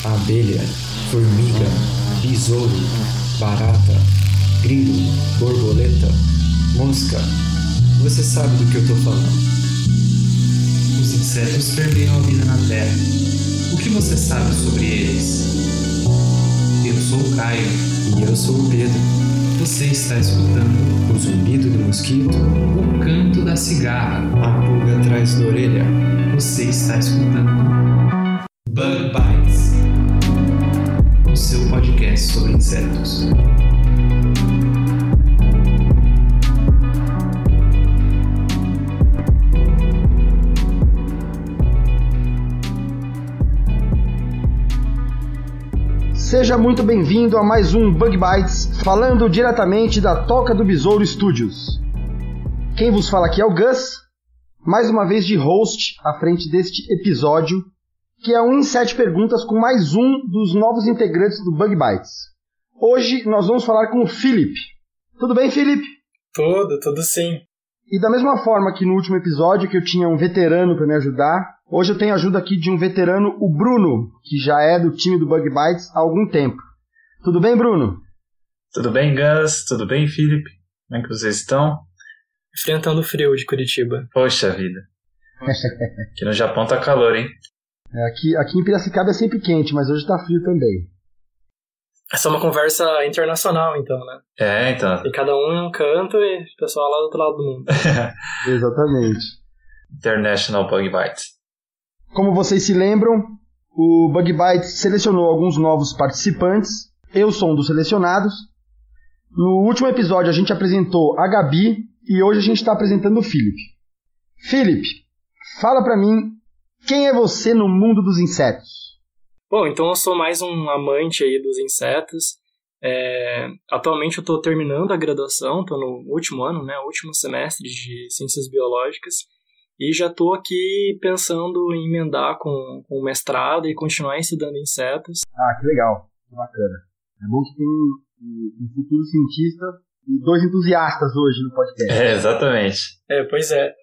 abelha, formiga, besouro, barata, grilo, borboleta, mosca. Você sabe do que eu tô falando. Os insetos permeiam a vida na Terra. O que você sabe sobre eles? Eu sou o Caio. E eu sou o Pedro. Você está escutando O zumbido do mosquito, o canto da cigarra. a pulga atrás da orelha. Você está escutando Bug Bites, o seu podcast sobre insetos. Seja muito bem-vindo a mais um Bug Bites, falando diretamente da Toca do Besouro Studios. Quem vos fala aqui é o Gus, mais uma vez de host à frente deste episódio, que é um em 7 perguntas com mais um dos novos integrantes do Bug Bites. Hoje nós vamos falar com o Philip. Tudo bem, Philip? Tudo sim. E da mesma forma que no último episódio, que eu tinha um veterano para me ajudar, hoje eu tenho a ajuda aqui de um veterano, o Bruno, que já é do time do Bug Bites há algum tempo. Tudo bem, Bruno? Tudo bem, Gus? Tudo bem, Felipe? Como é que vocês estão? Enfrentando o frio de Curitiba. Poxa vida. Aqui no Japão tá calor, hein? Aqui em Piracicaba é sempre quente, mas hoje tá frio também. Essa é uma conversa internacional, então, né? Então. E cada um em um canto e o pessoal lá do outro lado do mundo. Exatamente. International Bug Bites. Como vocês se lembram, o Bug Bites selecionou alguns novos participantes. Eu sou um dos selecionados. No último episódio a gente apresentou a Gabi e hoje a gente está apresentando o Philip. Philip, fala pra mim, quem é você no mundo dos insetos? Bom, então eu sou mais um amante aí dos insetos. Atualmente eu estou terminando a graduação, estou no último ano, né, último semestre de Ciências Biológicas, e já estou aqui pensando em emendar com o mestrado e continuar estudando insetos. Ah, que legal, que bacana. É bom que tem um futuro cientista e 2 entusiastas hoje no podcast. Exatamente. Pois é.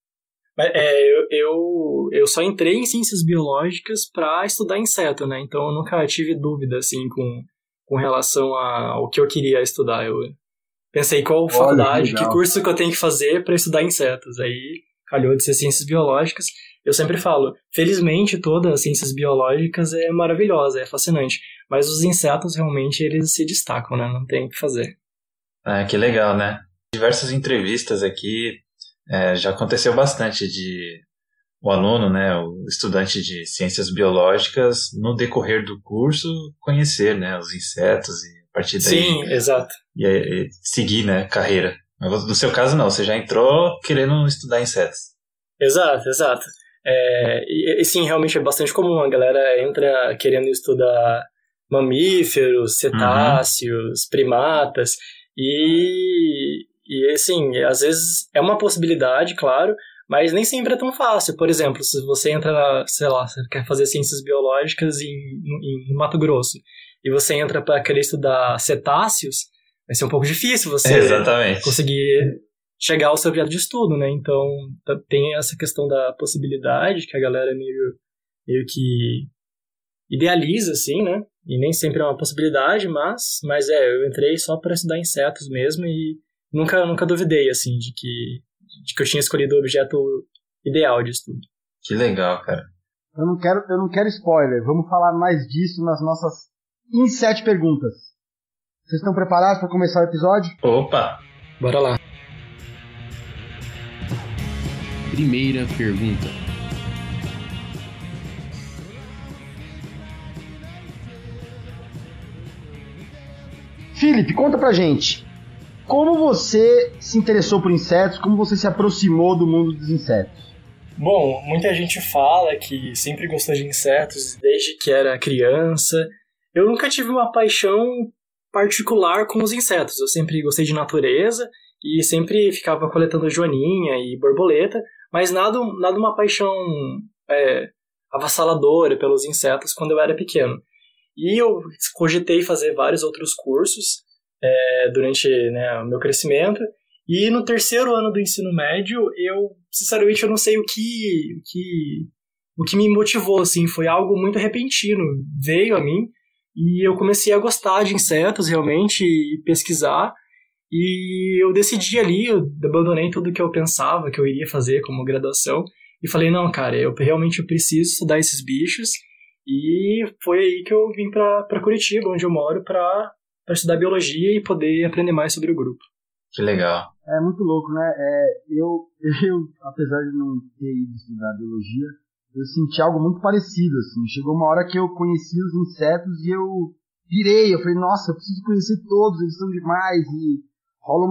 Eu só entrei em ciências biológicas para estudar inseto, né? Então eu nunca tive dúvida assim com relação ao que eu queria estudar. Eu pensei qual faculdade, que curso que eu tenho que fazer para estudar insetos. Aí calhou de ser ciências biológicas. Eu sempre falo, felizmente todas as ciências biológicas é maravilhosa, é fascinante. Mas os insetos realmente eles se destacam, né? Não tem o que fazer. Que legal, né? Diversas entrevistas aqui. Já aconteceu bastante de o aluno, né, o estudante de ciências biológicas, no decorrer do curso, conhecer, né, os insetos e a partir daí... Sim, exato. E seguir, né, carreira. Mas no seu caso não, você já entrou querendo estudar insetos. Exato. E sim, realmente é bastante comum, a galera entra querendo estudar mamíferos, cetáceos, primatas, e assim, às vezes é uma possibilidade, claro, mas nem sempre é tão fácil. Por exemplo, se você entra, sei lá, você quer fazer ciências biológicas em Mato Grosso, e você entra para querer estudar cetáceos, vai ser um pouco difícil você conseguir chegar ao seu objeto de estudo, né? Então, tem essa questão da possibilidade, que a galera meio que idealiza, assim, né? E nem sempre é uma possibilidade, mas eu entrei só para estudar insetos mesmo e nunca duvidei, assim, de que eu tinha escolhido o objeto ideal de estudo. Que legal, cara. Eu não quero spoiler. Vamos falar mais disso nas nossas 7 perguntas. Vocês estão preparados para começar o episódio? Opa! Bora lá. Primeira pergunta. Philip, conta pra gente. Como você se interessou por insetos? Como você se aproximou do mundo dos insetos? Bom, muita gente fala que sempre gostou de insetos desde que era criança. Eu nunca tive uma paixão particular com os insetos. Eu sempre gostei de natureza e sempre ficava coletando joaninha e borboleta, mas nada uma paixão avassaladora pelos insetos quando eu era pequeno. E eu cogitei fazer vários outros cursos durante, né, o meu crescimento. E no terceiro ano do ensino médio, sinceramente, eu não sei o que o que me motivou, assim, foi algo muito repentino. Veio a mim e eu comecei a gostar de insetos, realmente, e pesquisar. E eu decidi ali, eu abandonei tudo que eu pensava que eu iria fazer como graduação. E falei, não, cara, eu realmente preciso estudar esses bichos. E foi aí que eu vim pra Curitiba, onde eu moro, pra estudar biologia e poder aprender mais sobre o grupo. Que legal. É muito louco, né? Eu, apesar de não ter ido estudar biologia, eu senti algo muito parecido, assim. Chegou uma hora que eu conheci os insetos e eu virei. Eu falei, nossa, eu preciso conhecer todos, eles são demais. E rola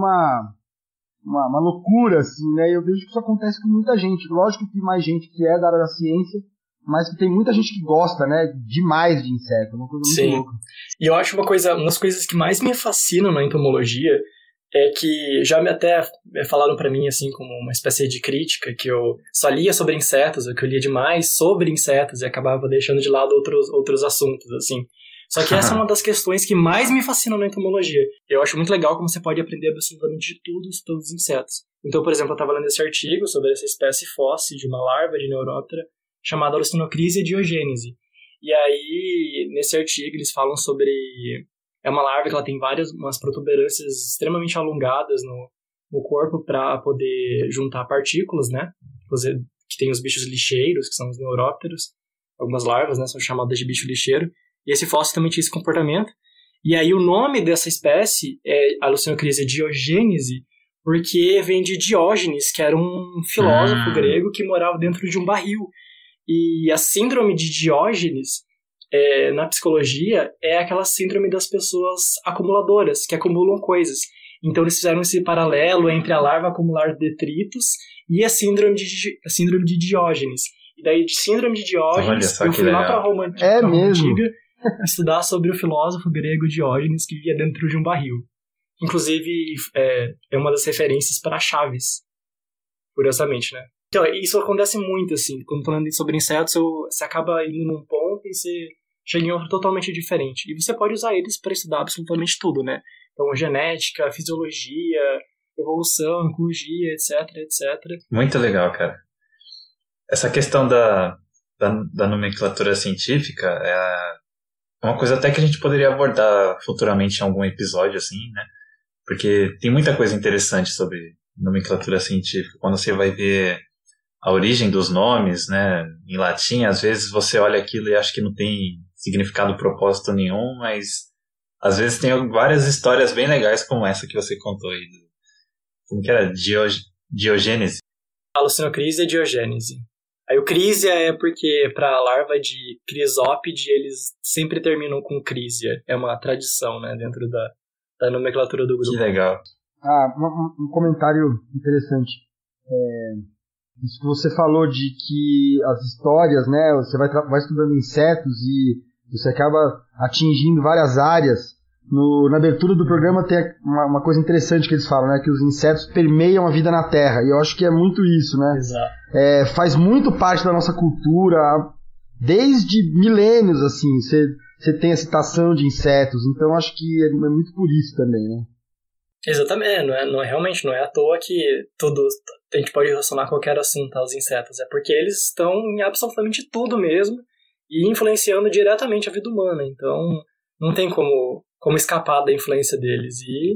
uma loucura, assim, né? E eu vejo que isso acontece com muita gente. Lógico que tem mais gente que é da área da ciência, mas que tem muita gente que gosta, né? Demais de inseto. É uma coisa muito louca. E eu acho uma das coisas que mais me fascinam na entomologia é que já até falaram pra mim, assim, como uma espécie de crítica, que eu só lia sobre insetos, ou que eu lia demais sobre insetos e acabava deixando de lado outros assuntos, assim. Só que essa é uma das questões que mais me fascinam na entomologia. Eu acho muito legal como você pode aprender absolutamente de tudo sobre todos os insetos. Então, por exemplo, eu estava lendo esse artigo sobre essa espécie fóssil de uma larva de Neuróptera chamada Alucinocrisia diogênese. E aí, nesse artigo, eles falam sobre... É uma larva que ela tem umas protuberâncias extremamente alongadas no corpo para poder juntar partículas, né? Que tem os bichos lixeiros, que são os neurópteros. Algumas larvas, né, são chamadas de bicho lixeiro. E esse fóssil também tinha esse comportamento. E aí o nome dessa espécie é Alucinocrisia diogênese, porque vem de Diógenes, que era um filósofo grego que morava dentro de um barril. E a síndrome de Diógenes... na psicologia, é aquela síndrome das pessoas acumuladoras, que acumulam coisas. Então eles fizeram esse paralelo entre a larva acumular detritos e a síndrome de Diógenes. E daí, de síndrome de Diógenes, eu fui lá para Roma Antiga estudar sobre o filósofo grego Diógenes, que vivia dentro de um barril. Inclusive, é uma das referências para Chaves, curiosamente, né? Então, isso acontece muito, assim, quando falando sobre insetos, você acaba indo num ponto e você chega em outro totalmente diferente. E você pode usar eles para estudar absolutamente tudo, né? Então, genética, fisiologia, evolução, ecologia, etc, etc. Muito legal, cara. Essa questão da nomenclatura científica é uma coisa até que a gente poderia abordar futuramente em algum episódio, assim, né? Porque tem muita coisa interessante sobre nomenclatura científica. Quando você vai ver a origem dos nomes, né, em latim, às vezes você olha aquilo e acha que não tem significado, propósito nenhum, mas às vezes tem várias histórias bem legais como essa que você contou aí. Como que era? Diogênese? Alucinocrisia diogênese. Aí o crisia é porque para a larva de crisópide eles sempre terminam com crisia. É uma tradição, né, dentro da nomenclatura do grupo. Que legal. Um comentário interessante. Isso que você falou de que as histórias, né, você vai estudando insetos e você acaba atingindo várias áreas. Na abertura do programa tem uma coisa interessante que eles falam, né, que os insetos permeiam a vida na Terra. E eu acho que é muito isso, né? Exato. Faz muito parte da nossa cultura, desde milênios, assim, você tem a citação de insetos. Então acho que é muito por isso também, né? Exatamente, realmente não é à toa que a gente pode relacionar qualquer assunto aos insetos, é porque eles estão em absolutamente tudo mesmo e influenciando diretamente a vida humana, então não tem como escapar da influência deles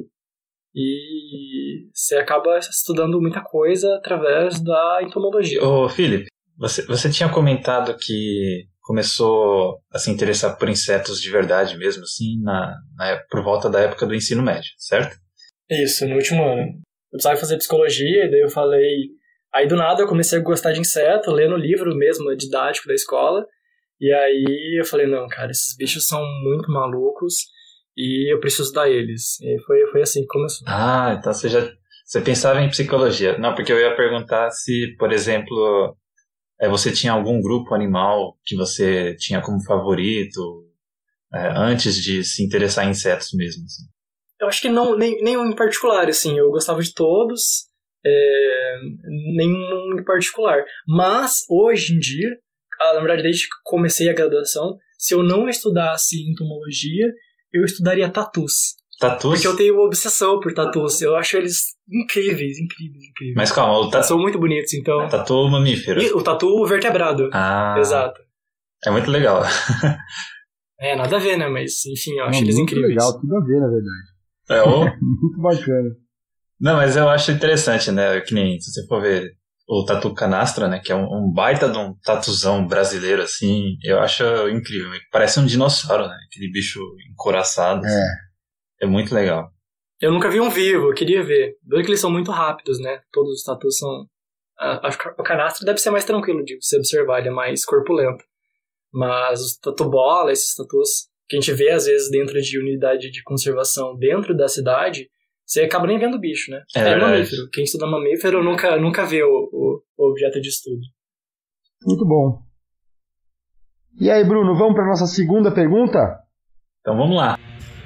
e você acaba estudando muita coisa através da entomologia. Ô, Felipe, você tinha comentado que começou a se interessar por insetos de verdade mesmo, assim, por volta da época do ensino médio, certo? Isso, no último ano. Eu precisava fazer psicologia, e daí eu falei... Aí do nada eu comecei a gostar de inseto, lendo o livro mesmo, didático da escola. E aí eu falei, não, cara, esses bichos são muito malucos e eu preciso estudar eles. E foi assim que começou. Ah, então você pensava em psicologia. Não, porque eu ia perguntar se, por exemplo, você tinha algum grupo animal que você tinha como favorito antes de se interessar em insetos mesmo, assim. Eu acho que nenhum em particular, assim, eu gostava de todos, nenhum em particular. Mas, hoje em dia, na verdade, desde que comecei a graduação, se eu não estudasse entomologia, eu estudaria tatus, tatus. Porque eu tenho uma obsessão por tatus. Eu acho eles incríveis. Mas calma, o tatu... São muito bonitos, então... Tatu mamífero. E o tatu vertebrado. Exato. É muito legal. Nada a ver, né? Mas, enfim, eu acho eles incríveis. Muito legal, tudo a ver, na verdade. Muito bacana. Não, mas eu acho interessante, né? Que nem, se você for ver o tatu canastra, né? Que é um baita de um tatuzão brasileiro, assim. Eu acho incrível. Parece um dinossauro, né? Aquele bicho encoraçado. Assim. É muito legal. Eu nunca vi um vivo, eu queria ver. Doido que eles são muito rápidos, né? Todos os tatus são... Acho que o canastra deve ser mais tranquilo de você observar, ele é mais corpulento. Mas os tatu-bola, esses tatus que a gente vê às vezes dentro de unidade de conservação dentro da cidade, você acaba nem vendo o bicho, né? É mamífero. Quem estuda mamífero nunca vê o objeto de estudo. Muito bom. E aí, Bruno, vamos para nossa segunda pergunta? Então vamos lá.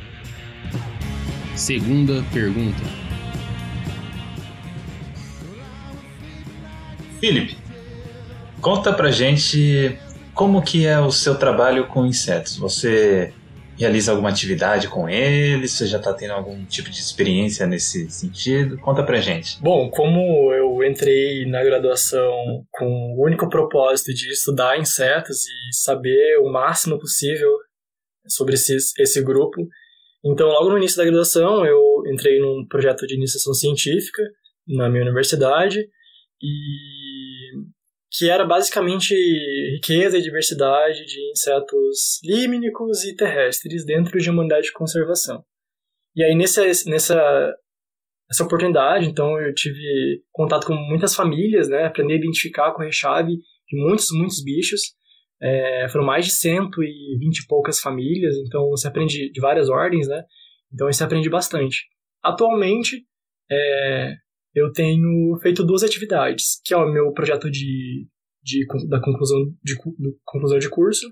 Segunda pergunta. Felipe, conta pra gente como que é o seu trabalho com insetos. Você realiza alguma atividade com eles? Você já está tendo algum tipo de experiência nesse sentido? Conta pra gente. Bom, como eu entrei na graduação com o único propósito de estudar insetos e saber o máximo possível sobre esse grupo, então logo no início da graduação eu entrei num projeto de iniciação científica na minha universidade que era basicamente riqueza e diversidade de insetos limínicos e terrestres dentro de uma unidade de conservação. E aí, nessa oportunidade, então, eu tive contato com muitas famílias, né? Aprendi a identificar com chave de muitos bichos. Foram mais de 120 e poucas famílias, então você aprende de várias ordens, né? Então, você aprende bastante. Atualmente, eu tenho feito 2 atividades, que é o meu projeto da conclusão de curso,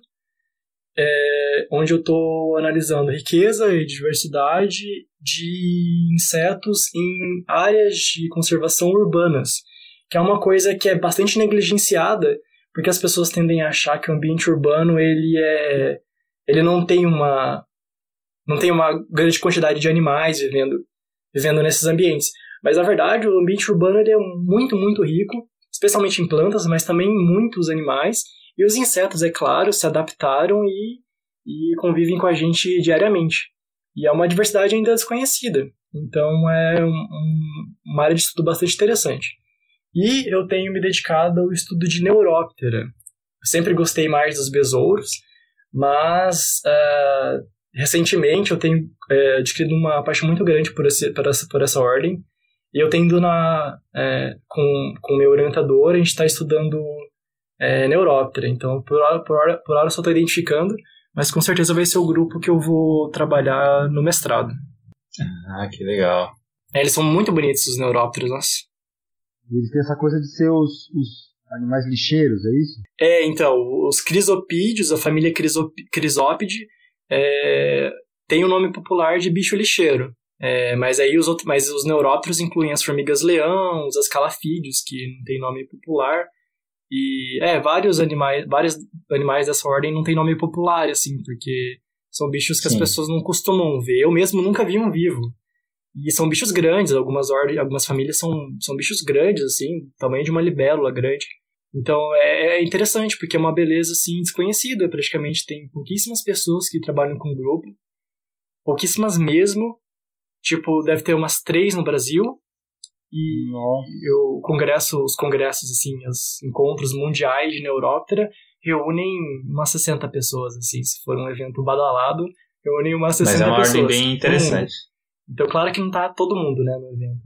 onde eu estou analisando riqueza e diversidade de insetos em áreas de conservação urbanas, que é uma coisa que é bastante negligenciada, porque as pessoas tendem a achar que o ambiente urbano ele não tem uma grande quantidade de animais vivendo nesses ambientes. Mas, na verdade, o ambiente urbano ele é muito, muito rico, especialmente em plantas, mas também em muitos animais. E os insetos, é claro, se adaptaram e convivem com a gente diariamente. E é uma diversidade ainda desconhecida. Então, é uma área de estudo bastante interessante. E eu tenho me dedicado ao estudo de Neuróptera. Eu sempre gostei mais dos besouros, mas... recentemente eu tenho adquirido uma paixão muito grande por essa ordem. E eu tenho ido com o meu orientador, a gente está estudando Neuróptera. Então, por hora eu só estou identificando, mas com certeza vai ser o grupo que eu vou trabalhar no mestrado. Ah, que legal. Eles são muito bonitos, os Neurópteros, nossa. Eles têm essa coisa de ser os animais lixeiros, é isso? Então, os crisopídeos, a família Crisópide, tem o nome popular de bicho lixeiro. Mas aí os neurópteros incluem as formigas-leão, os calafídeos, que não tem nome popular, e vários animais dessa ordem não tem nome popular, assim, porque são bichos que as pessoas não costumam ver. Eu mesmo nunca vi um vivo. E são bichos grandes, algumas famílias são bichos grandes, assim, tamanho de uma libélula grande. Então é interessante, porque é uma beleza assim desconhecida, praticamente tem pouquíssimas pessoas que trabalham com o grupo, pouquíssimas mesmo. Tipo, deve ter umas 3 no Brasil. E os congressos, assim, os encontros mundiais de Neuróptera reúnem umas 60 pessoas, assim. Se for um evento badalado, reúnem umas 60 pessoas. Mas é uma ordem bem interessante. Então, claro que não tá todo mundo, né, no evento,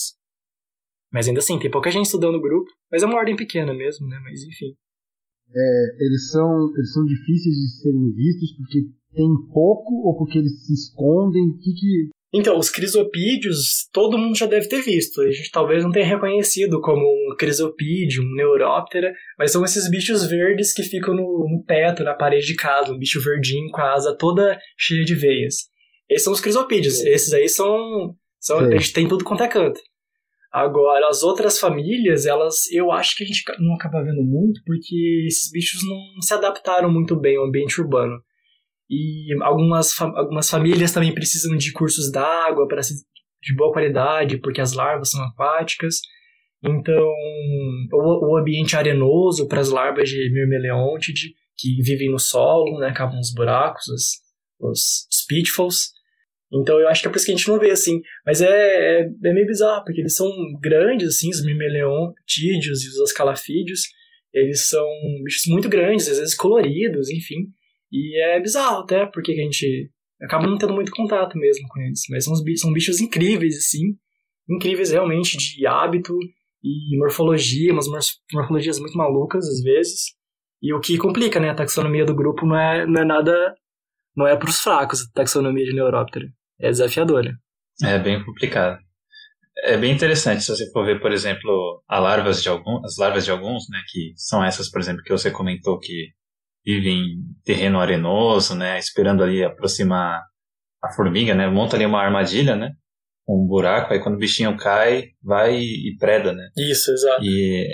mas ainda assim, tem pouca gente estudando o grupo. Mas é uma ordem pequena mesmo, né, mas enfim. Eles são difíceis de serem vistos porque tem pouco ou porque eles se escondem? Então, os crisopídeos, todo mundo já deve ter visto. A gente talvez não tenha reconhecido como um crisopídeo, um neuróptera, mas são esses bichos verdes que ficam no teto, na parede de casa, um bicho verdinho com a asa toda cheia de veias. Esses são os crisopídeos. Esses aí são a gente tem tudo quanto é canto. Agora, as outras famílias, eu acho que a gente não acaba vendo muito, porque esses bichos não se adaptaram muito bem ao ambiente urbano. e algumas famílias também precisam de cursos d'água de boa qualidade, porque as larvas são aquáticas. Então, o ambiente arenoso para as larvas de Myrmeleontide, que vivem no solo, né, cavam os buracos, os pitfalls. Então, eu acho que é por isso que a gente não vê, assim. Mas é meio bizarro, porque eles são grandes, assim, os Myrmeleontídeos e os ascalafídeos. Eles são bichos muito grandes, às vezes coloridos, enfim. E é bizarro até, porque a gente acaba não tendo muito contato mesmo com eles. Mas são bichos incríveis, assim. Incríveis realmente de hábito e morfologia, umas morfologias muito malucas às vezes. E o que complica, né? A taxonomia do grupo não é nada... Não é para os fracos a taxonomia de Neuróptera. É desafiadora. É bem complicado. É bem interessante se você for ver, por exemplo, as larvas de alguns, né? Que são essas, por exemplo, que você comentou que vivem em terreno arenoso, né? Esperando ali aproximar a formiga, né? Monta ali uma armadilha, né? Um buraco, aí quando o bichinho cai, vai e preda, né? Isso, exato. E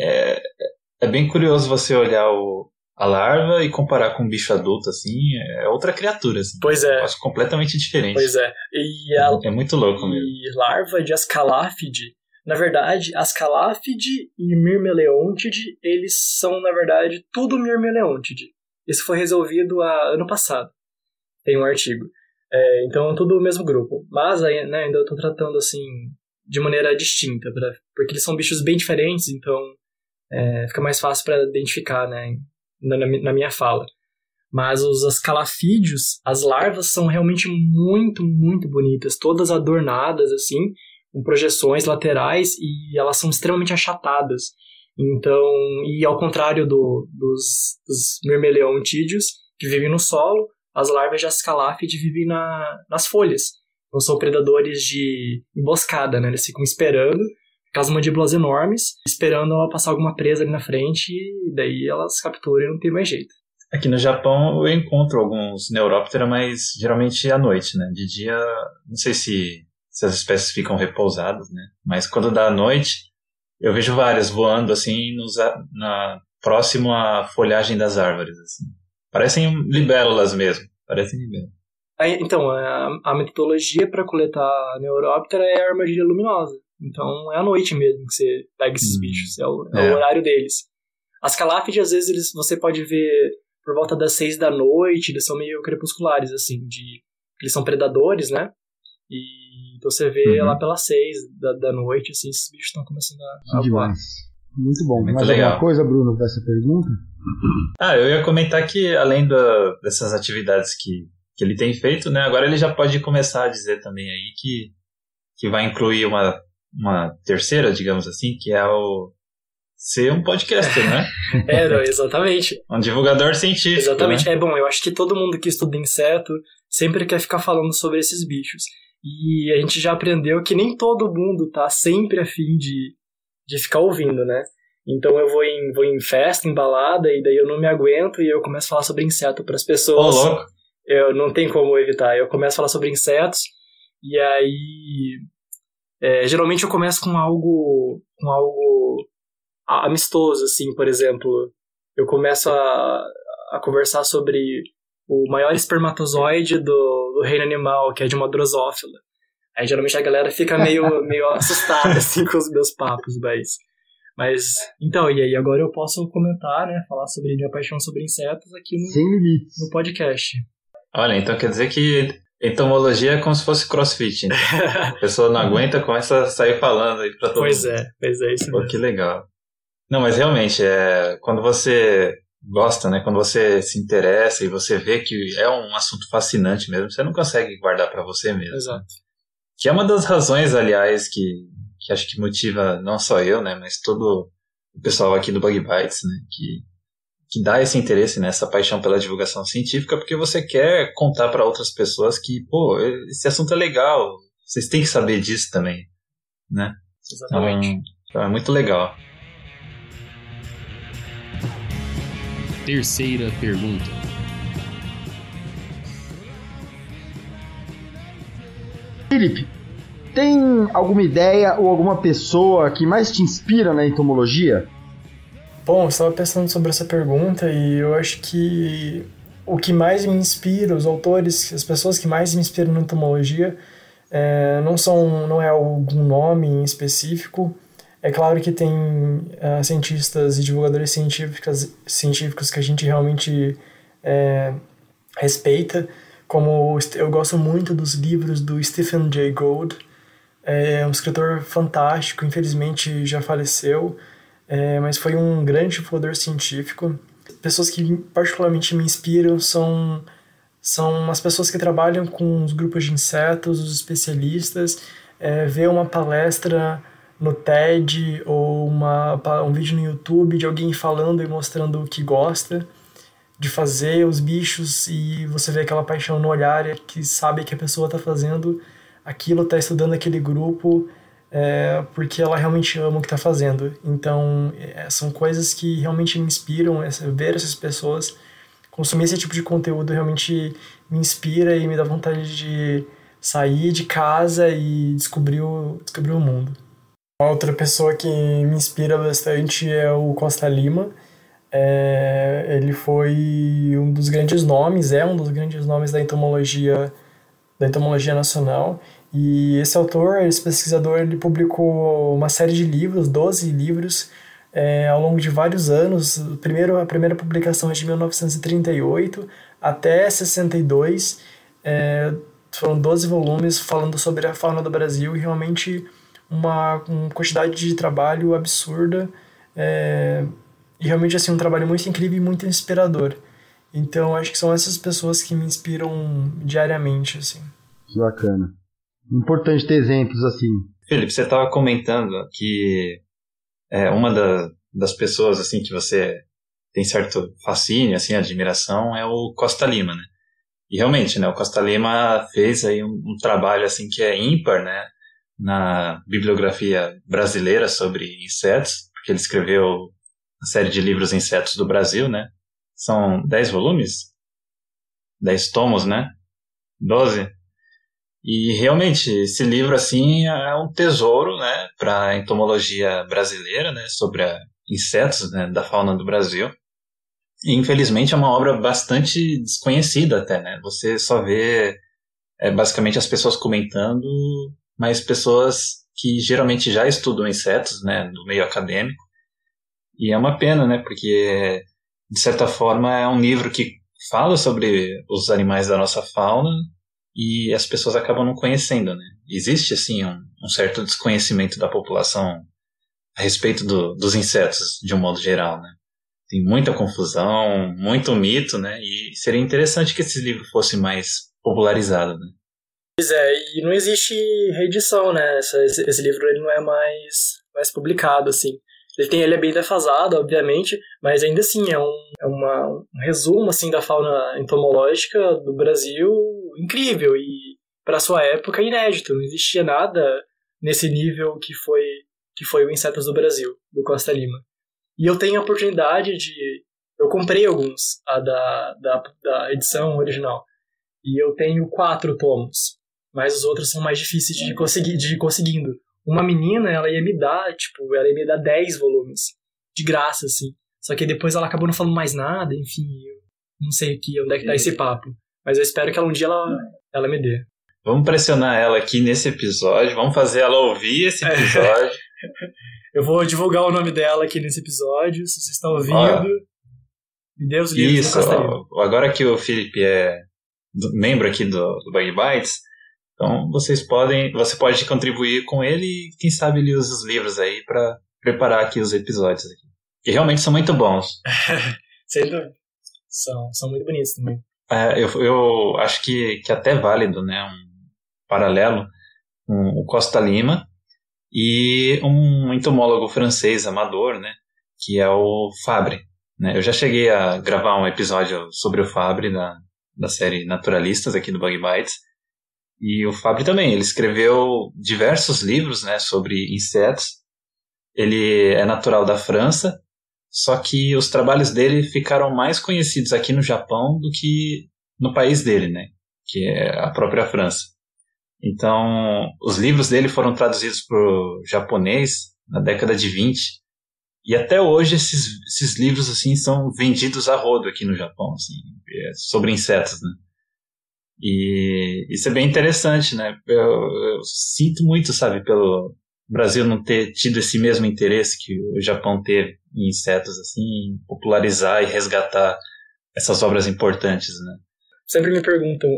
é bem curioso você olhar a larva e comparar com um bicho adulto, assim, é outra criatura, assim. Pois é. Eu acho completamente diferente. Pois é. É muito louco mesmo. E larva de ascaláfide, na verdade, ascaláfide e Myrmeleontide, eles são, na verdade, tudo Myrmeleontide. Isso foi resolvido ano passado. Tem um artigo. Então, tudo o mesmo grupo. Mas né, ainda eu estou tratando, assim, de maneira distinta, porque eles são bichos bem diferentes, então fica mais fácil para identificar, né, na minha fala. Mas os ascalafídeos, as larvas são realmente muito, muito bonitas, todas adornadas, assim, com projeções laterais, e elas são extremamente achatadas. Então, e ao contrário dos Myrmeleontídeos, que vivem no solo, as larvas de ascaláfide vivem nas folhas. Então são predadores de emboscada, né? Eles ficam esperando, com as mandíbulas enormes, esperando ela passar alguma presa ali na frente, e daí elas capturam e não tem mais jeito. Aqui no Japão eu encontro alguns Neuróptera, mas geralmente à noite, né? De dia, não sei se as espécies ficam repousadas, né? Mas quando dá à noite, eu vejo várias voando assim, próximo à folhagem das árvores, assim. Parecem libélulas mesmo. Então, a metodologia para coletar Neuróptera é a armadilha luminosa. Então, é à noite mesmo que você pega esses bichos. É o horário deles. As caláfides, às vezes, você pode ver por volta das 6 da noite. Eles são meio crepusculares, assim. Eles são predadores, né? E então você vê lá pelas 6 da noite, assim, esses bichos estão começando a voar. Muito bom. Muito Mais legal. alguma coisa, Bruno, dessa pergunta? Eu ia comentar que, além dessas atividades que ele tem feito, né, agora ele já pode começar a dizer também aí que vai incluir uma terceira, digamos assim, que é ser um podcaster, né? Exatamente. Um divulgador científico. Exatamente. Né? Bom, eu acho que todo mundo que estuda inseto sempre quer ficar falando sobre esses bichos. E a gente já aprendeu que nem todo mundo tá sempre a fim de ficar ouvindo, né? Então eu vou em festa, em balada, e daí eu não me aguento e eu começo a falar sobre inseto para as pessoas. Louco. Eu não tem como evitar. Eu começo a falar sobre insetos, e aí geralmente eu começo com algo amistoso, assim, por exemplo. Eu começo a conversar sobre o maior espermatozoide do reino animal, que é de uma drosófila. Aí geralmente a galera fica meio assustada assim, com os meus papos, mas então, e aí agora eu posso comentar, né, falar sobre minha paixão sobre insetos aqui no podcast. Olha, então quer dizer que entomologia é como se fosse crossfit, então. A pessoa não aguenta, começa a sair falando aí pra todo mundo. Pois é, isso mesmo. Que legal. Não, mas realmente, quando você gosta, né, quando você se interessa e você vê que é um assunto fascinante mesmo, você não consegue guardar pra você mesmo. Exato. Que é uma das razões, aliás, que acho que motiva não só eu, né, mas todo o pessoal aqui do Bug Bites, né, que dá esse interesse, né, essa paixão pela divulgação científica, porque você quer contar para outras pessoas que, esse assunto é legal, vocês têm que saber disso também, né? Exatamente. Então é muito legal. Terceira pergunta. Felipe, tem alguma ideia ou alguma pessoa que mais te inspira na entomologia? Bom, eu estava pensando sobre essa pergunta e eu acho que o que mais me inspira, os autores, as pessoas que mais me inspiram na entomologia, não é algum nome em específico. É claro que tem cientistas e divulgadores científicos que a gente realmente respeita, como eu gosto muito dos livros do Stephen Jay Gould. É um escritor fantástico, infelizmente já faleceu, mas foi um grande divulgador científico. Pessoas que particularmente me inspiram são as pessoas que trabalham com os grupos de insetos, os especialistas. Ver uma palestra no TED ou um vídeo no YouTube de alguém falando e mostrando o que gosta de fazer os bichos, e você vê aquela paixão no olhar, que sabe que a pessoa está fazendo aquilo, está estudando aquele grupo porque ela realmente ama o que está fazendo. Então, são coisas que realmente me inspiram. Ver essas pessoas, consumir esse tipo de conteúdo realmente me inspira e me dá vontade de sair de casa e descobrir o mundo. Outra pessoa que me inspira bastante é o Costa Lima. Ele foi um dos grandes nomes da entomologia nacional. E esse autor, esse pesquisador, ele publicou uma série de livros, 12 livros, ao longo de vários anos. A primeira publicação é de 1938 até 62. Foram 12 volumes falando sobre a fauna do Brasil, e realmente uma quantidade de trabalho absurda, e realmente assim, um trabalho muito incrível e muito inspirador. Então acho que são essas pessoas que me inspiram diariamente, assim. Bacana. Importante ter exemplos assim. Felipe, você estava comentando que uma das pessoas assim que você tem certo fascínio, assim, admiração, é o Costa Lima, né? E realmente, né, o Costa Lima fez aí um trabalho assim que é ímpar, né, na bibliografia brasileira sobre insetos, porque ele escreveu a série de livros Insetos do Brasil, né? São 10 volumes? 10 tomos, né? 12? E realmente, esse livro assim é um tesouro, né, para a entomologia brasileira, né, sobre insetos, né, da fauna do Brasil. E infelizmente é uma obra bastante desconhecida até, né? Você só vê basicamente as pessoas comentando, mas pessoas que geralmente já estudam insetos, né, do meio acadêmico. E é uma pena, né, porque de certa forma é um livro que fala sobre os animais da nossa fauna, e as pessoas acabam não conhecendo, né? Existe, assim, um certo desconhecimento da população a respeito dos insetos, de um modo geral, né? Tem muita confusão, muito mito, né? E seria interessante que esse livro fosse mais popularizado, né? Pois e não existe reedição, né? Esse livro ele não é mais publicado, assim. Ele é bem defasado, obviamente, mas ainda assim é um resumo assim, da fauna entomológica do Brasil incrível, e para sua época inédito. Não existia nada nesse nível que foi o Insetos do Brasil, do Costa Lima. E eu tenho a oportunidade eu comprei alguns da edição original, e eu tenho 4 tomos, mas os outros são mais difíceis de ir conseguindo. Uma menina, ela ia me dar 10 volumes, de graça, assim. Só que depois ela acabou não falando mais nada, enfim, eu não sei onde é que tá esse papo. Mas eu espero que ela um dia ela me dê. Vamos pressionar ela aqui nesse episódio, vamos fazer ela ouvir esse episódio. Eu vou divulgar o nome dela aqui nesse episódio, se vocês estão ouvindo. Me dê os livros. Isso, agora que o Felipe é membro aqui do Bug Bites, então você pode contribuir com ele, e quem sabe ele usa os livros aí para preparar aqui os episódios aqui. Que realmente são muito bons. Sem dúvida. São muito bonitos também. Eu acho que até é válido, né, um paralelo com o Costa Lima e um entomólogo francês amador, né, que é o Fabre, né? Eu já cheguei a gravar um episódio sobre o Fabre da série Naturalistas aqui do Bug Bites. E o Fabre também, ele escreveu diversos livros, né, sobre insetos. Ele é natural da França, só que os trabalhos dele ficaram mais conhecidos aqui no Japão do que no país dele, né, que é a própria França. Então, os livros dele foram traduzidos para o japonês na década de 20, E até hoje esses livros assim são vendidos a rodo aqui no Japão, assim, sobre insetos, né? E isso é bem interessante, né? Eu sinto muito, sabe, pelo Brasil não ter tido esse mesmo interesse que o Japão teve em insetos, assim, em popularizar e resgatar essas obras importantes, né? Sempre me perguntam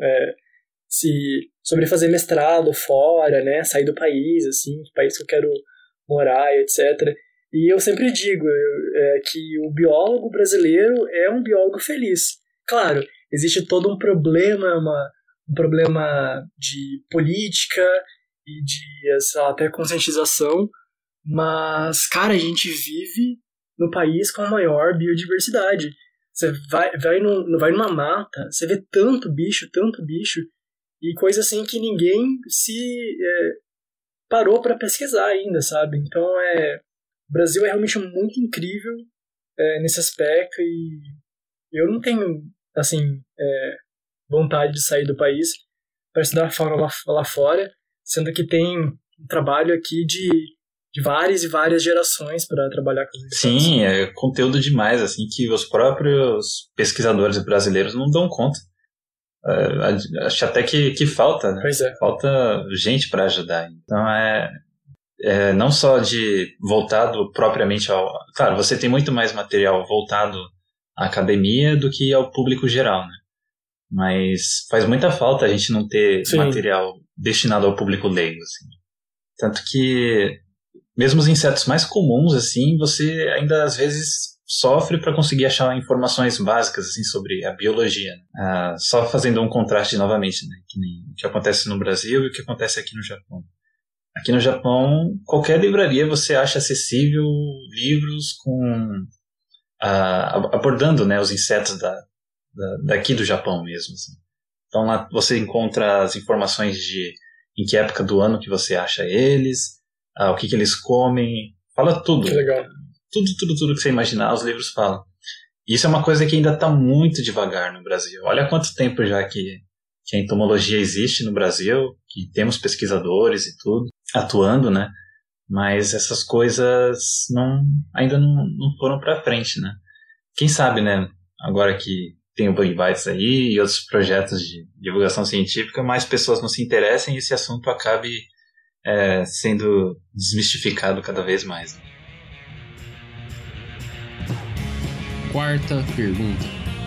sobre fazer mestrado fora, né? Sair do país, assim, que país que eu quero morar, etc. E eu sempre digo que o biólogo brasileiro é um biólogo feliz. Claro, existe todo um problema, um problema de política e de, sei lá, até conscientização, mas, cara, a gente vive no país com a maior biodiversidade. Você vai numa mata, você vê tanto bicho, e coisa assim que ninguém se parou para pesquisar ainda, sabe? Então, o Brasil é realmente muito incrível nesse aspecto, e eu não tenho, assim, vontade de sair do país para estudar fauna lá fora, sendo que tem um trabalho aqui de várias e várias gerações para trabalhar com os insetos. Sim, é conteúdo demais, assim, que os próprios pesquisadores brasileiros não dão conta. Acho até que falta, né? Pois é. Falta gente para ajudar. Então não só voltado propriamente ao... Claro, você tem muito mais material voltado à academia do que ao público geral, né? Mas faz muita falta a gente não ter material destinado ao público leigo, assim. Tanto que mesmo os insetos mais comuns, assim, você ainda às vezes sofre para conseguir achar informações básicas, assim, sobre a biologia, né? Só fazendo um contraste novamente, né? Que nem o que acontece no Brasil e o que acontece aqui no Japão. Aqui no Japão, qualquer livraria você acha acessível livros abordando, né, os insetos daqui do Japão mesmo, assim. Então lá você encontra as informações de em que época do ano que você acha eles, o que eles comem, fala tudo. Que legal. Tudo que você imaginar, os livros falam. E isso é uma coisa que ainda está muito devagar no Brasil. Olha quanto tempo já que a entomologia existe no Brasil, que temos pesquisadores e tudo, atuando, né? Mas essas coisas ainda não foram para frente, né? Quem sabe, né? Agora que tem o Bug Bites aí e outros projetos de divulgação científica, mais pessoas não se interessem e esse assunto acabe sendo desmistificado cada vez mais. Quarta pergunta.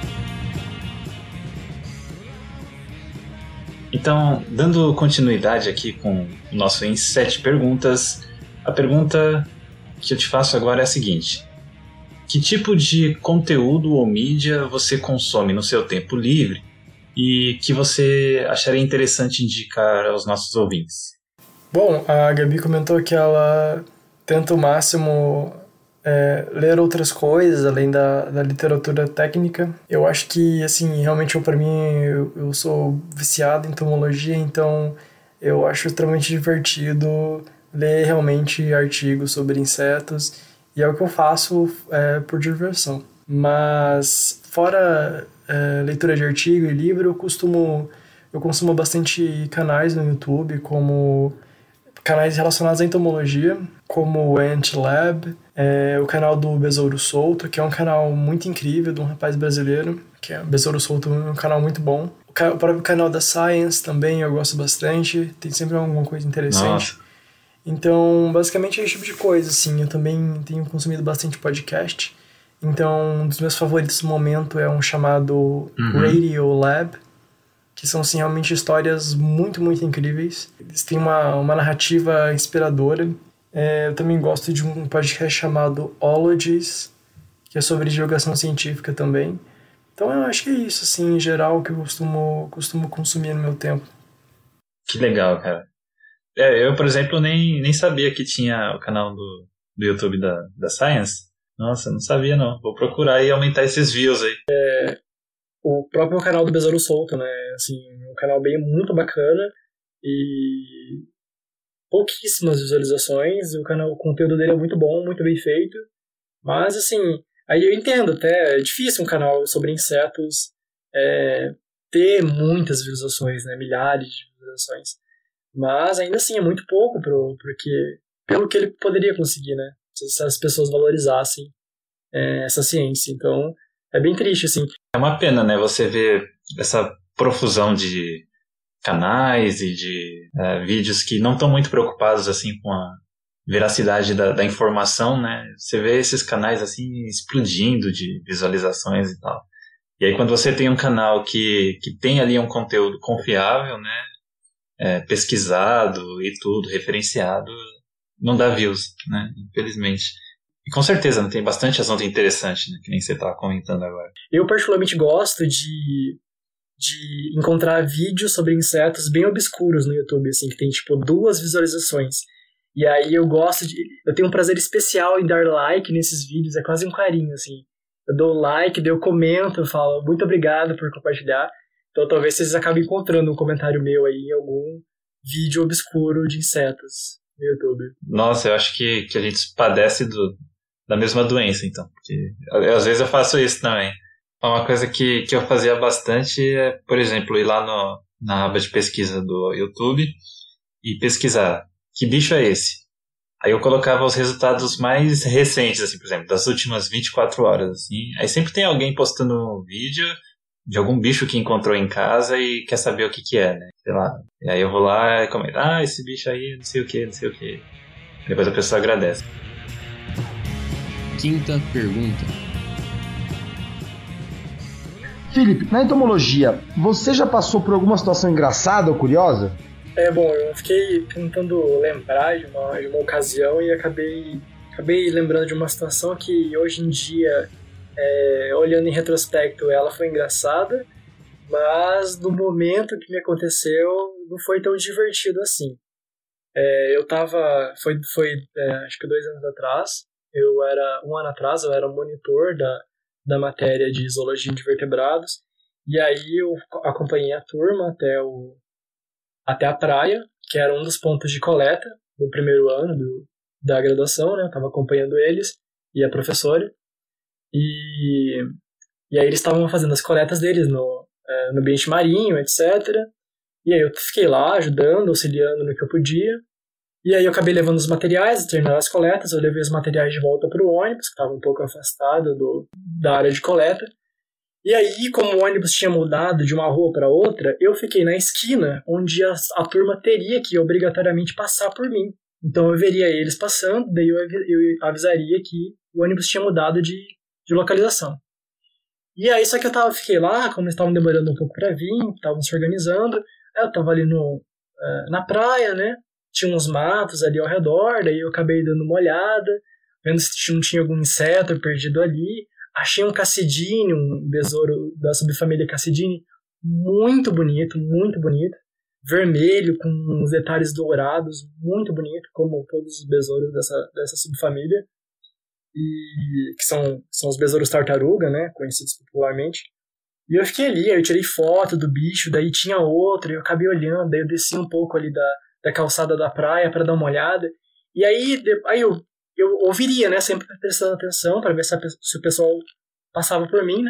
Então, dando continuidade aqui com o nosso Em 7 Perguntas, a pergunta que eu te faço agora é a seguinte: que tipo de conteúdo ou mídia você consome no seu tempo livre e que você acharia interessante indicar aos nossos ouvintes? Bom, a Gabi comentou que ela tenta o máximo ler outras coisas além da literatura técnica. Eu acho que, assim, realmente para mim, eu sou viciado em entomologia, então eu acho extremamente divertido ler realmente artigos sobre insetos, e é o que eu faço por diversão. Mas fora leitura de artigo e livro, eu consumo bastante canais no YouTube, como canais relacionados à entomologia, como o Ant Lab, o canal do Besouro Solto, que é um canal muito incrível, de um rapaz brasileiro, que é o Besouro Solto, é um canal muito bom. O próprio canal da Science também eu gosto bastante, tem sempre alguma coisa interessante. Nossa. Então, basicamente é esse tipo de coisa, assim. Eu também tenho consumido bastante podcast. Então, um dos meus favoritos no momento é um chamado Radio Lab, que são, assim, realmente histórias muito, muito incríveis. Eles têm uma narrativa inspiradora. Eu também gosto de um podcast chamado Ologies, que é sobre divulgação científica também. Então, eu acho que é isso, assim, em geral, que eu costumo consumir no meu tempo. Que legal, cara. Eu, por exemplo, nem sabia que tinha o canal do YouTube da Science. Nossa, não sabia não. Vou procurar e aumentar esses views aí. O próprio canal do Besouro Solto, né? Assim, um canal muito bacana e pouquíssimas visualizações. O conteúdo dele é muito bom, muito bem feito. Mas, assim, aí eu entendo até, é difícil um canal sobre insetos ter muitas visualizações, né? Milhares de visualizações. Mas ainda assim é muito pouco pelo que ele poderia conseguir, né? se as pessoas valorizassem essa ciência. Então, é bem triste, assim. É uma pena, né, você ver essa profusão de canais e de vídeos que não estão muito preocupados, assim, com a veracidade da informação, né? Você vê esses canais, assim, explodindo de visualizações e tal. E aí, quando você tem um canal que tem ali um conteúdo confiável, né, pesquisado e tudo, referenciado, não dá views, né, infelizmente. E com certeza, não tem bastante assunto interessante, né, que nem você estava comentando agora. Eu particularmente gosto de encontrar vídeos sobre insetos bem obscuros no YouTube, assim, que tem tipo 2 visualizações. E aí eu tenho um prazer especial em dar like nesses vídeos, é quase um carinho, assim. Eu dou like, daí eu comento, eu falo muito obrigado por compartilhar. Então talvez vocês acabem encontrando um comentário meu aí em algum vídeo obscuro de insetos no YouTube. Nossa, eu acho que a gente padece da mesma doença, então. Porque às vezes eu faço isso também. Uma coisa que eu fazia bastante é, por exemplo, ir lá na aba de pesquisa do YouTube e pesquisar que bicho é esse. Aí eu colocava os resultados mais recentes, assim, por exemplo, das últimas 24 horas, assim. Aí sempre tem alguém postando um vídeo de algum bicho que encontrou em casa e quer saber o que é, né? Sei lá. E aí eu vou lá e comento, esse bicho aí, não sei o que, não sei o que. Depois a pessoa agradece. Quinta pergunta. Felipe, na entomologia, você já passou por alguma situação engraçada ou curiosa? Bom, eu fiquei tentando lembrar de uma ocasião e acabei lembrando de uma situação que hoje em dia, olhando em retrospecto, ela foi engraçada, mas no momento que me aconteceu não foi tão divertido assim. Acho que 2 anos atrás, um ano atrás, eu era monitor da matéria de zoologia de vertebrados, e aí eu acompanhei a turma até a praia, que era um dos pontos de coleta do primeiro ano da graduação, né? Eu estava acompanhando eles e a professora, e aí eles estavam fazendo as coletas deles no ambiente marinho, etc. E aí eu fiquei lá ajudando, auxiliando no que eu podia. E aí eu acabei levando os materiais, terminaram as coletas, eu levei os materiais de volta para o ônibus, que estava um pouco afastado da área de coleta. E aí, como o ônibus tinha mudado de uma rua para outra, eu fiquei na esquina, onde a turma teria que obrigatoriamente passar por mim. Então eu veria eles passando, daí eu avisaria que o ônibus tinha mudado de localização. E aí, só que eu fiquei lá, como eles estavam demorando um pouco para vir, estavam se organizando, eu estava ali na praia, né? Tinha uns matos ali ao redor, daí eu acabei dando uma olhada, vendo se não tinha algum inseto perdido ali. Achei um cassidine, um besouro da subfamília Cassidine, muito bonito, vermelho, com uns detalhes dourados, muito bonito, como todos os besouros dessa subfamília, e que são os besouros tartaruga, né, conhecidos popularmente. E eu fiquei ali, aí eu tirei foto do bicho, daí tinha outro, e eu acabei olhando, daí eu desci um pouco ali da calçada da praia para dar uma olhada, e aí eu ouviria, né, sempre prestando atenção para ver se o pessoal passava por mim, né.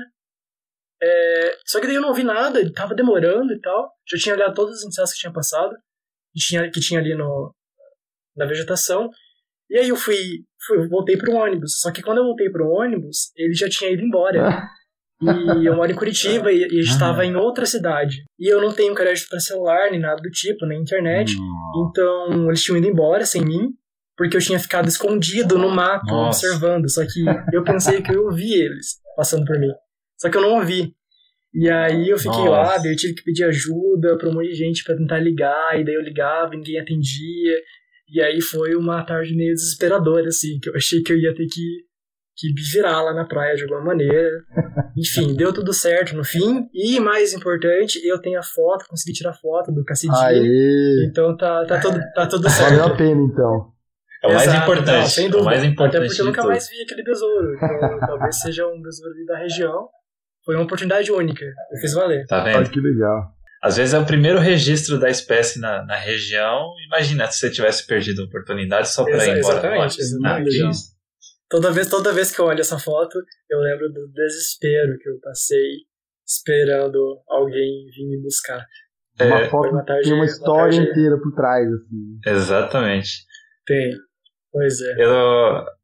Só que daí eu não ouvi nada, ele tava demorando e tal. Já tinha olhado todos os insetos que tinha passado, que tinha ali na vegetação. E aí eu voltei pro ônibus. Só que quando eu voltei pro ônibus, ele já tinha ido embora. E eu moro em Curitiba e a gente estava em outra cidade. E eu não tenho crédito para celular, nem nada do tipo, nem internet. Então eles tinham ido embora sem mim, porque eu tinha ficado escondido no mato, observando. Só que eu pensei que eu ouvi eles passando por mim. Só que eu não ouvi. E aí eu fiquei lá, daí eu tive que pedir ajuda pra um monte de gente pra tentar ligar, e daí eu ligava e ninguém atendia. E aí foi uma tarde meio desesperadora, assim, que eu achei que eu ia ter que me virar lá na praia de alguma maneira. Enfim, deu tudo certo no fim. E, mais importante, eu tenho a foto, consegui tirar foto do Cassidine. Então tá tudo certo. Valeu a pena, então. É o mais importante. Não, sem dúvida. O mais importante. Até porque eu nunca mais vi aquele besouro. Então talvez seja um besouro ali da região. Foi uma oportunidade única. Eu fiz valer. Tá vendo? Olha que legal. Às vezes é o primeiro registro da espécie na região. Imagina se você tivesse perdido a oportunidade só para ir embora. Exatamente. Toda vez que eu olho essa foto, eu lembro do desespero que eu passei esperando alguém vir me buscar. Uma foto tem uma história inteira por trás, assim. Exatamente. Tem. Pois é.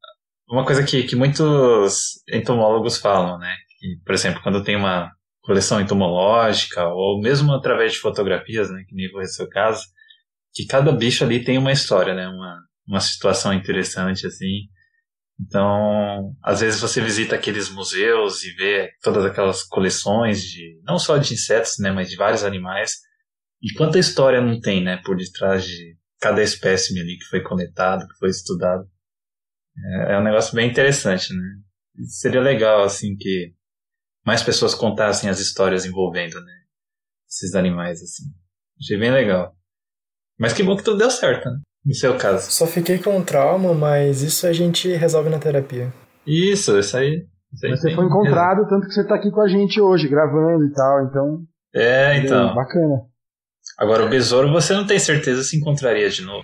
Uma coisa que muitos entomólogos falam, né? Que, por exemplo, quando tem uma coleção entomológica, ou mesmo através de fotografias, né? Que nem foi o seu caso, que cada bicho ali tem uma história, né? Uma situação interessante, assim. Então, às vezes você visita aqueles museus e vê todas aquelas coleções não só de insetos, né? Mas de vários animais. E quanta história não tem, né? Por detrás de cada espécime ali que foi coletado, que foi estudado. É um negócio bem interessante, né? Seria legal, assim, que mais pessoas contassem as histórias envolvendo, né? Esses animais, assim. Achei bem legal. Mas que bom que tudo deu certo, né? No seu caso. Só fiquei com um trauma, mas isso a gente resolve na terapia. Isso aí. Você foi encontrado, tanto que você tá aqui com a gente hoje, gravando e tal, então... então. Bacana. Agora, o besouro você não tem certeza se encontraria de novo.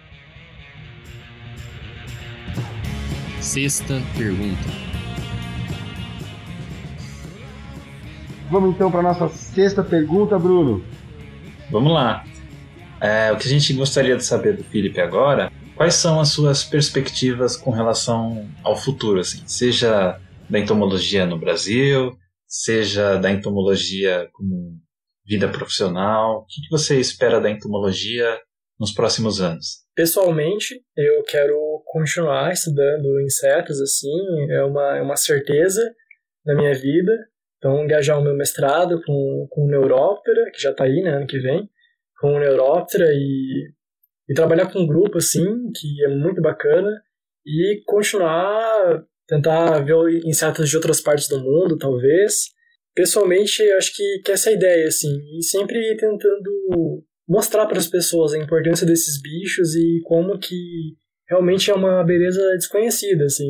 Sexta pergunta. Vamos então para nossa sexta pergunta, Bruno. Vamos lá. O que a gente gostaria de saber do Felipe agora, quais são as suas perspectivas com relação ao futuro, assim, seja da entomologia no Brasil, seja da entomologia como vida profissional, o que você espera da entomologia nos próximos anos? Pessoalmente, eu quero continuar estudando insetos, assim, é uma certeza na minha vida. Então, engajar o meu mestrado com Neuróptera, que já está aí, né, ano que vem, com Neuróptera e trabalhar com um grupo, assim, que é muito bacana, e continuar, tentar ver insetos de outras partes do mundo, talvez. Pessoalmente, eu acho que essa é a ideia, assim, e sempre tentando mostrar para as pessoas a importância desses bichos e como que realmente é uma beleza desconhecida, assim,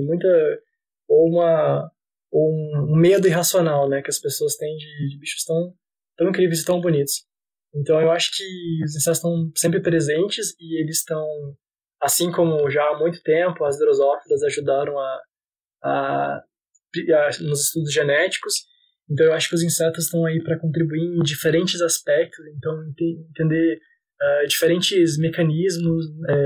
um medo irracional, né, que as pessoas têm de bichos tão incríveis e tão bonitos. Então eu acho que os insetos estão sempre presentes e eles estão, assim como já há muito tempo as drosófilas ajudaram nos estudos genéticos. Então eu acho que os insetos estão aí para contribuir em diferentes aspectos, então entender diferentes mecanismos,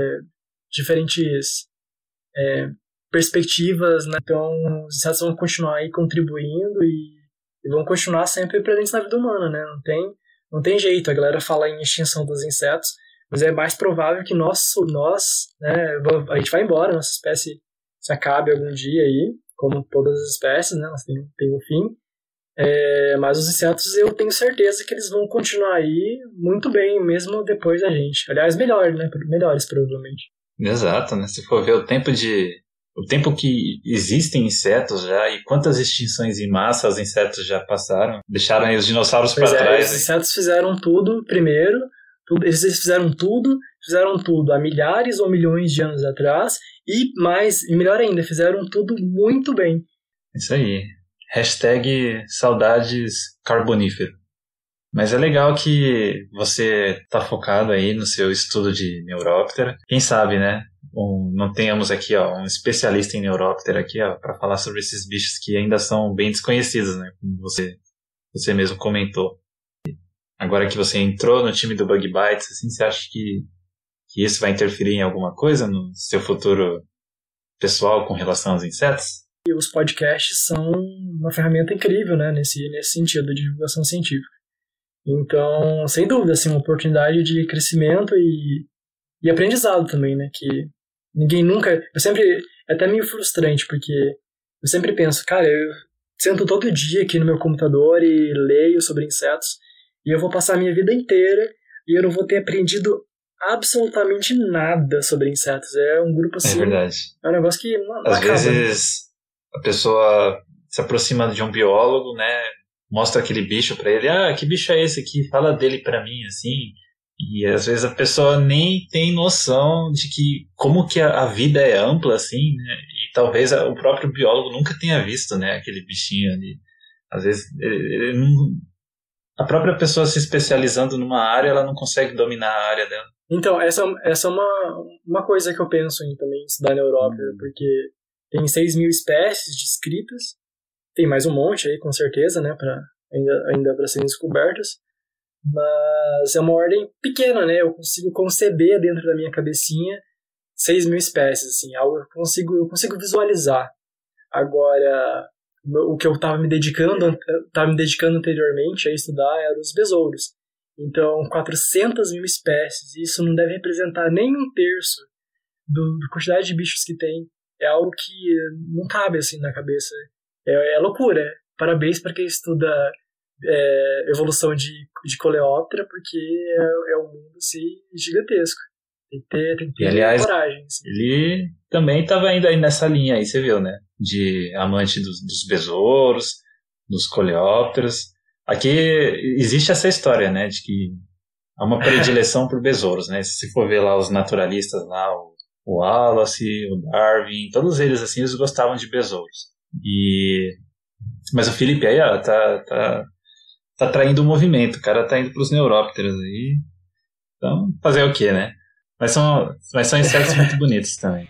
diferentes perspectivas, né? Então os insetos vão continuar aí contribuindo e vão continuar sempre presentes na vida humana, né? Não tem jeito, a galera fala em extinção dos insetos, mas é mais provável que nós né, a gente vai embora, nossa espécie se acabe algum dia aí, como todas as espécies, né? Elas têm um fim. Mas os insetos eu tenho certeza que eles vão continuar aí muito bem, mesmo depois da gente. Aliás, melhores provavelmente. Exato, né? Se for ver o tempo que existem insetos já e quantas extinções em massa os insetos já passaram, deixaram aí os dinossauros para trás. Os insetos fizeram tudo primeiro, eles fizeram tudo há milhares ou milhões de anos atrás e melhor ainda, fizeram tudo muito bem. Isso aí. #saudades carbonífero. Mas é legal que você está focado aí no seu estudo de Neuróptera. Quem sabe, né? Não tenhamos aqui um especialista em Neuróptera aqui para falar sobre esses bichos que ainda são bem desconhecidos, né? Como você mesmo comentou. Agora que você entrou no time do Bug Bites, assim, você acha que isso vai interferir em alguma coisa no seu futuro pessoal com relação aos insetos? E os podcasts são uma ferramenta incrível, né, nesse sentido de divulgação científica. Então, sem dúvida, assim, uma oportunidade de crescimento e aprendizado também, né, que ninguém nunca... É até meio frustrante, porque eu sempre penso, cara, eu sento todo dia aqui no meu computador e leio sobre insetos, e eu vou passar a minha vida inteira e eu não vou ter aprendido absolutamente nada sobre insetos. É um grupo assim... É verdade. É um negócio que não Às acaba, vezes... né? A pessoa se aproxima de um biólogo, né? Mostra aquele bicho pra ele. Que bicho é esse aqui? Fala dele pra mim, assim. E às vezes a pessoa nem tem noção de como que a vida é ampla, assim, né? E talvez o próprio biólogo nunca tenha visto, né? Aquele bichinho ali. Às vezes a própria pessoa se especializando numa área, ela não consegue dominar a área dela. Então, essa é uma coisa que eu penso em também estudar Neuróptera, porque tem 6.000 espécies descritas, tem mais um monte aí, com certeza, né, ainda para serem descobertas, mas é uma ordem pequena, né, eu consigo conceber dentro da minha cabecinha 6.000 espécies, assim, algo eu consigo visualizar. Agora, o que eu estava me dedicando anteriormente a estudar eram os besouros. Então, 400 mil espécies, isso não deve representar nem um terço da quantidade de bichos que tem. É algo que não cabe assim na cabeça. É loucura. Parabéns para quem estuda evolução de coleóptera, porque é um mundo assim, gigantesco. Tem que ter aliás, coragem. Assim. Ele também estava indo aí nessa linha aí, você viu, né? De amante dos besouros, dos coleópteros. Aqui existe essa história, né? De que há uma predileção por besouros, né? Se for ver lá os naturalistas lá, o Wallace, o Darwin, todos eles, assim, eles gostavam de besouros. Mas o Felipe aí, ó, tá traindo o movimento, o cara tá indo pros neurópteros aí. Então, fazer o quê, né? Mas são insetos muito bonitos também.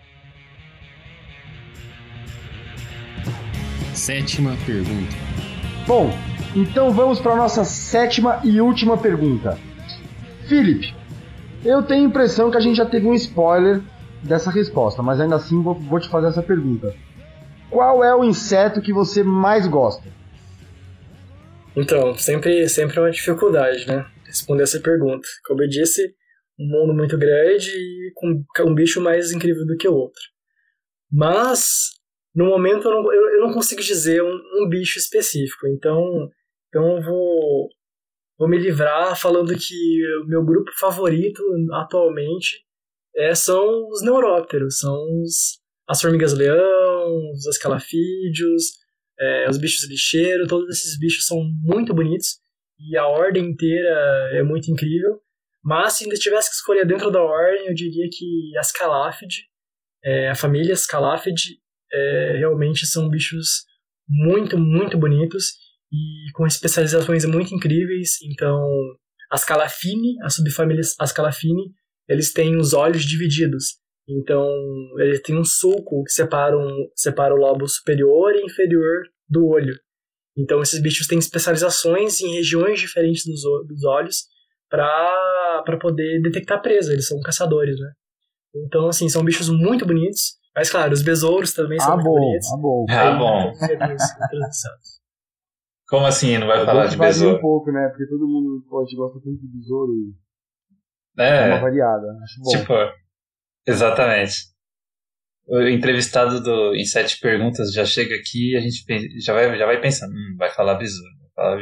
7ª pergunta. Bom, então vamos para a nossa 7ª e última pergunta. Felipe, eu tenho a impressão que a gente já teve um spoiler dessa resposta, mas ainda assim vou te fazer essa pergunta. Qual é o inseto que você mais gosta? Então, sempre é uma dificuldade, né? Responder essa pergunta. Como eu disse, um mundo muito grande e com um bicho mais incrível do que o outro. Mas, no momento, eu não consigo dizer um bicho específico. Então eu vou me livrar falando que o meu grupo favorito atualmente são os neurópteros. São as formigas-leão, os escalafídeos, os bichos lixeiros. Todos esses bichos são muito bonitos e a ordem inteira é muito incrível. Mas se ainda tivesse que escolher dentro da ordem, eu diria que as Scalaphidae, a família Scalaphidae, realmente são bichos muito, muito bonitos e com especializações muito incríveis. Então, as Scalaphini, a subfamília Scalaphini, eles têm os olhos divididos. Então, ele tem um sulco que separa o lobo superior e inferior do olho. Então, esses bichos têm especializações em regiões diferentes dos olhos para poder detectar presa. Eles são caçadores, né? Então, assim, são bichos muito bonitos. Mas, claro, os besouros também são muito bonitos. Bom. Introdução. Como assim não vai falar de besouro? Um pouco, né? Porque todo mundo gosta tanto de besouro e é uma variada. Acho bom. Tipo, exatamente. O entrevistado em 7 perguntas já chega aqui e a gente já vai pensando, vai falar besouro.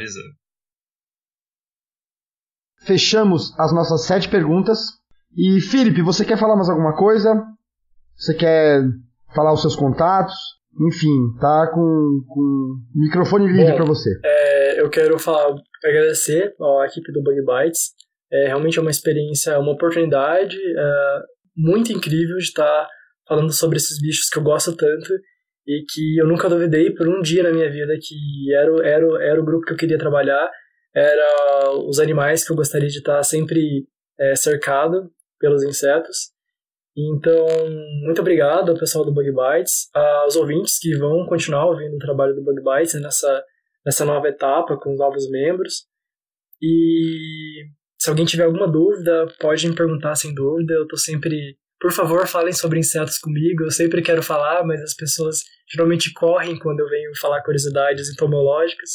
Fechamos as nossas 7 perguntas. E, Felipe, você quer falar mais alguma coisa? Você quer falar os seus contatos? Enfim, tá com o microfone livre para você. Eu quero agradecer à equipe do Bug Bites. Realmente é uma experiência, uma oportunidade muito incrível de estar falando sobre esses bichos que eu gosto tanto e que eu nunca duvidei por um dia na minha vida que era o grupo que eu queria trabalhar, era os animais que eu gostaria de estar sempre cercado pelos insetos. Então, muito obrigado ao pessoal do Bug Bites, aos ouvintes que vão continuar ouvindo o trabalho do Bug Bites nessa nova etapa com os novos membros. E se alguém tiver alguma dúvida, pode me perguntar sem dúvida. Eu tô sempre... Por favor, falem sobre insetos comigo. Eu sempre quero falar, mas as pessoas geralmente correm quando eu venho falar curiosidades entomológicas.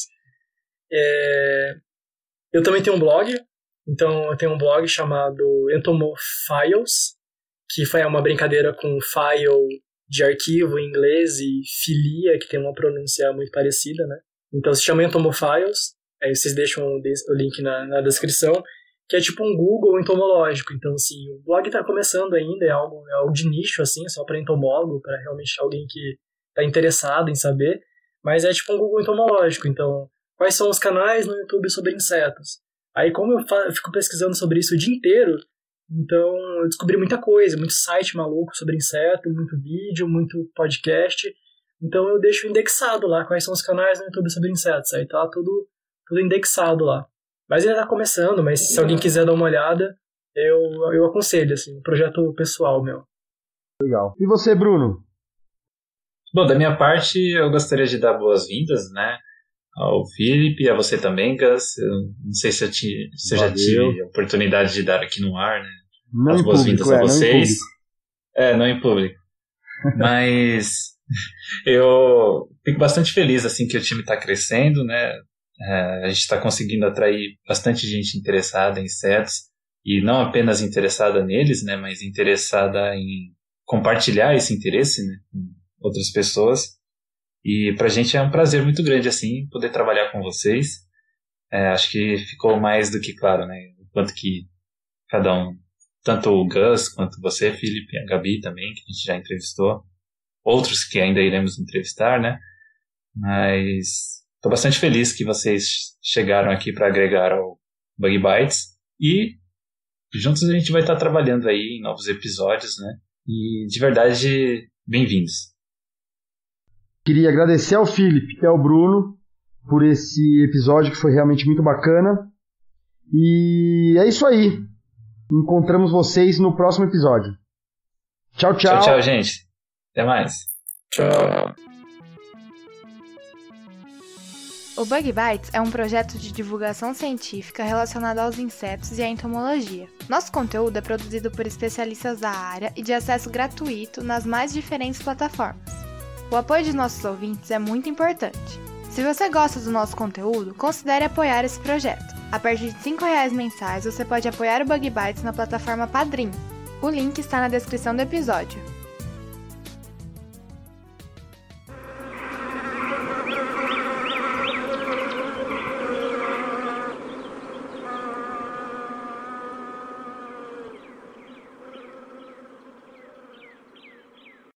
Eu também tenho um blog. Então, eu tenho um blog chamado Entomofiles, que foi uma brincadeira com file de arquivo em inglês e filia, que tem uma pronúncia muito parecida, né? Então se chama Entomofiles, aí vocês deixam o link na descrição, que é tipo um Google entomológico. Então, assim, o blog tá começando ainda, é algo de nicho, assim, só para entomólogo, para realmente alguém que tá interessado em saber, mas é tipo um Google entomológico. Então, quais são os canais no YouTube sobre insetos? Aí, como eu fico pesquisando sobre isso o dia inteiro, então eu descobri muita coisa, muito site maluco sobre inseto, muito vídeo, muito podcast. Então eu deixo indexado lá quais são os canais no YouTube sobre insetos. Aí tá tudo indexado lá. Mas ainda tá começando, mas se alguém quiser dar uma olhada, eu aconselho, assim, um projeto pessoal meu. Legal. E você, Bruno? Bom, da minha parte, eu gostaria de dar boas-vindas, né, ao Felipe e a você também, Gus. Eu não sei se eu já tive a oportunidade de dar aqui no ar, né? Não as boas-vindas a vocês. Não em público. Não em público. Mas Eu fico bastante feliz assim que o time está crescendo, né? A gente está conseguindo atrair bastante gente interessada em insetos e não apenas interessada neles, né? Mas interessada em compartilhar esse interesse, né, com outras pessoas. E para a gente é um prazer muito grande assim poder trabalhar com vocês. Acho que ficou mais do que claro, né? O quanto que cada um, tanto o Gus quanto você, Felipe, a Gabi também, que a gente já entrevistou, outros que ainda iremos entrevistar, né? Mas estou bastante feliz que vocês chegaram aqui para agregar ao Bug Bites e juntos a gente vai estar trabalhando aí em novos episódios, né? E de verdade, bem-vindos. Queria agradecer ao Felipe e ao Bruno por esse episódio que foi realmente muito bacana. E é isso aí. Encontramos vocês no próximo episódio. Tchau, tchau. Tchau, tchau, gente. Até mais. Tchau. O Bug Bites é um projeto de divulgação científica relacionado aos insetos e à entomologia. Nosso conteúdo é produzido por especialistas da área e de acesso gratuito nas mais diferentes plataformas. O apoio de nossos ouvintes é muito importante. Se você gosta do nosso conteúdo, considere apoiar esse projeto. A partir de R$5 mensais, você pode apoiar o Bug Bites na plataforma Padrim. O link está na descrição do episódio.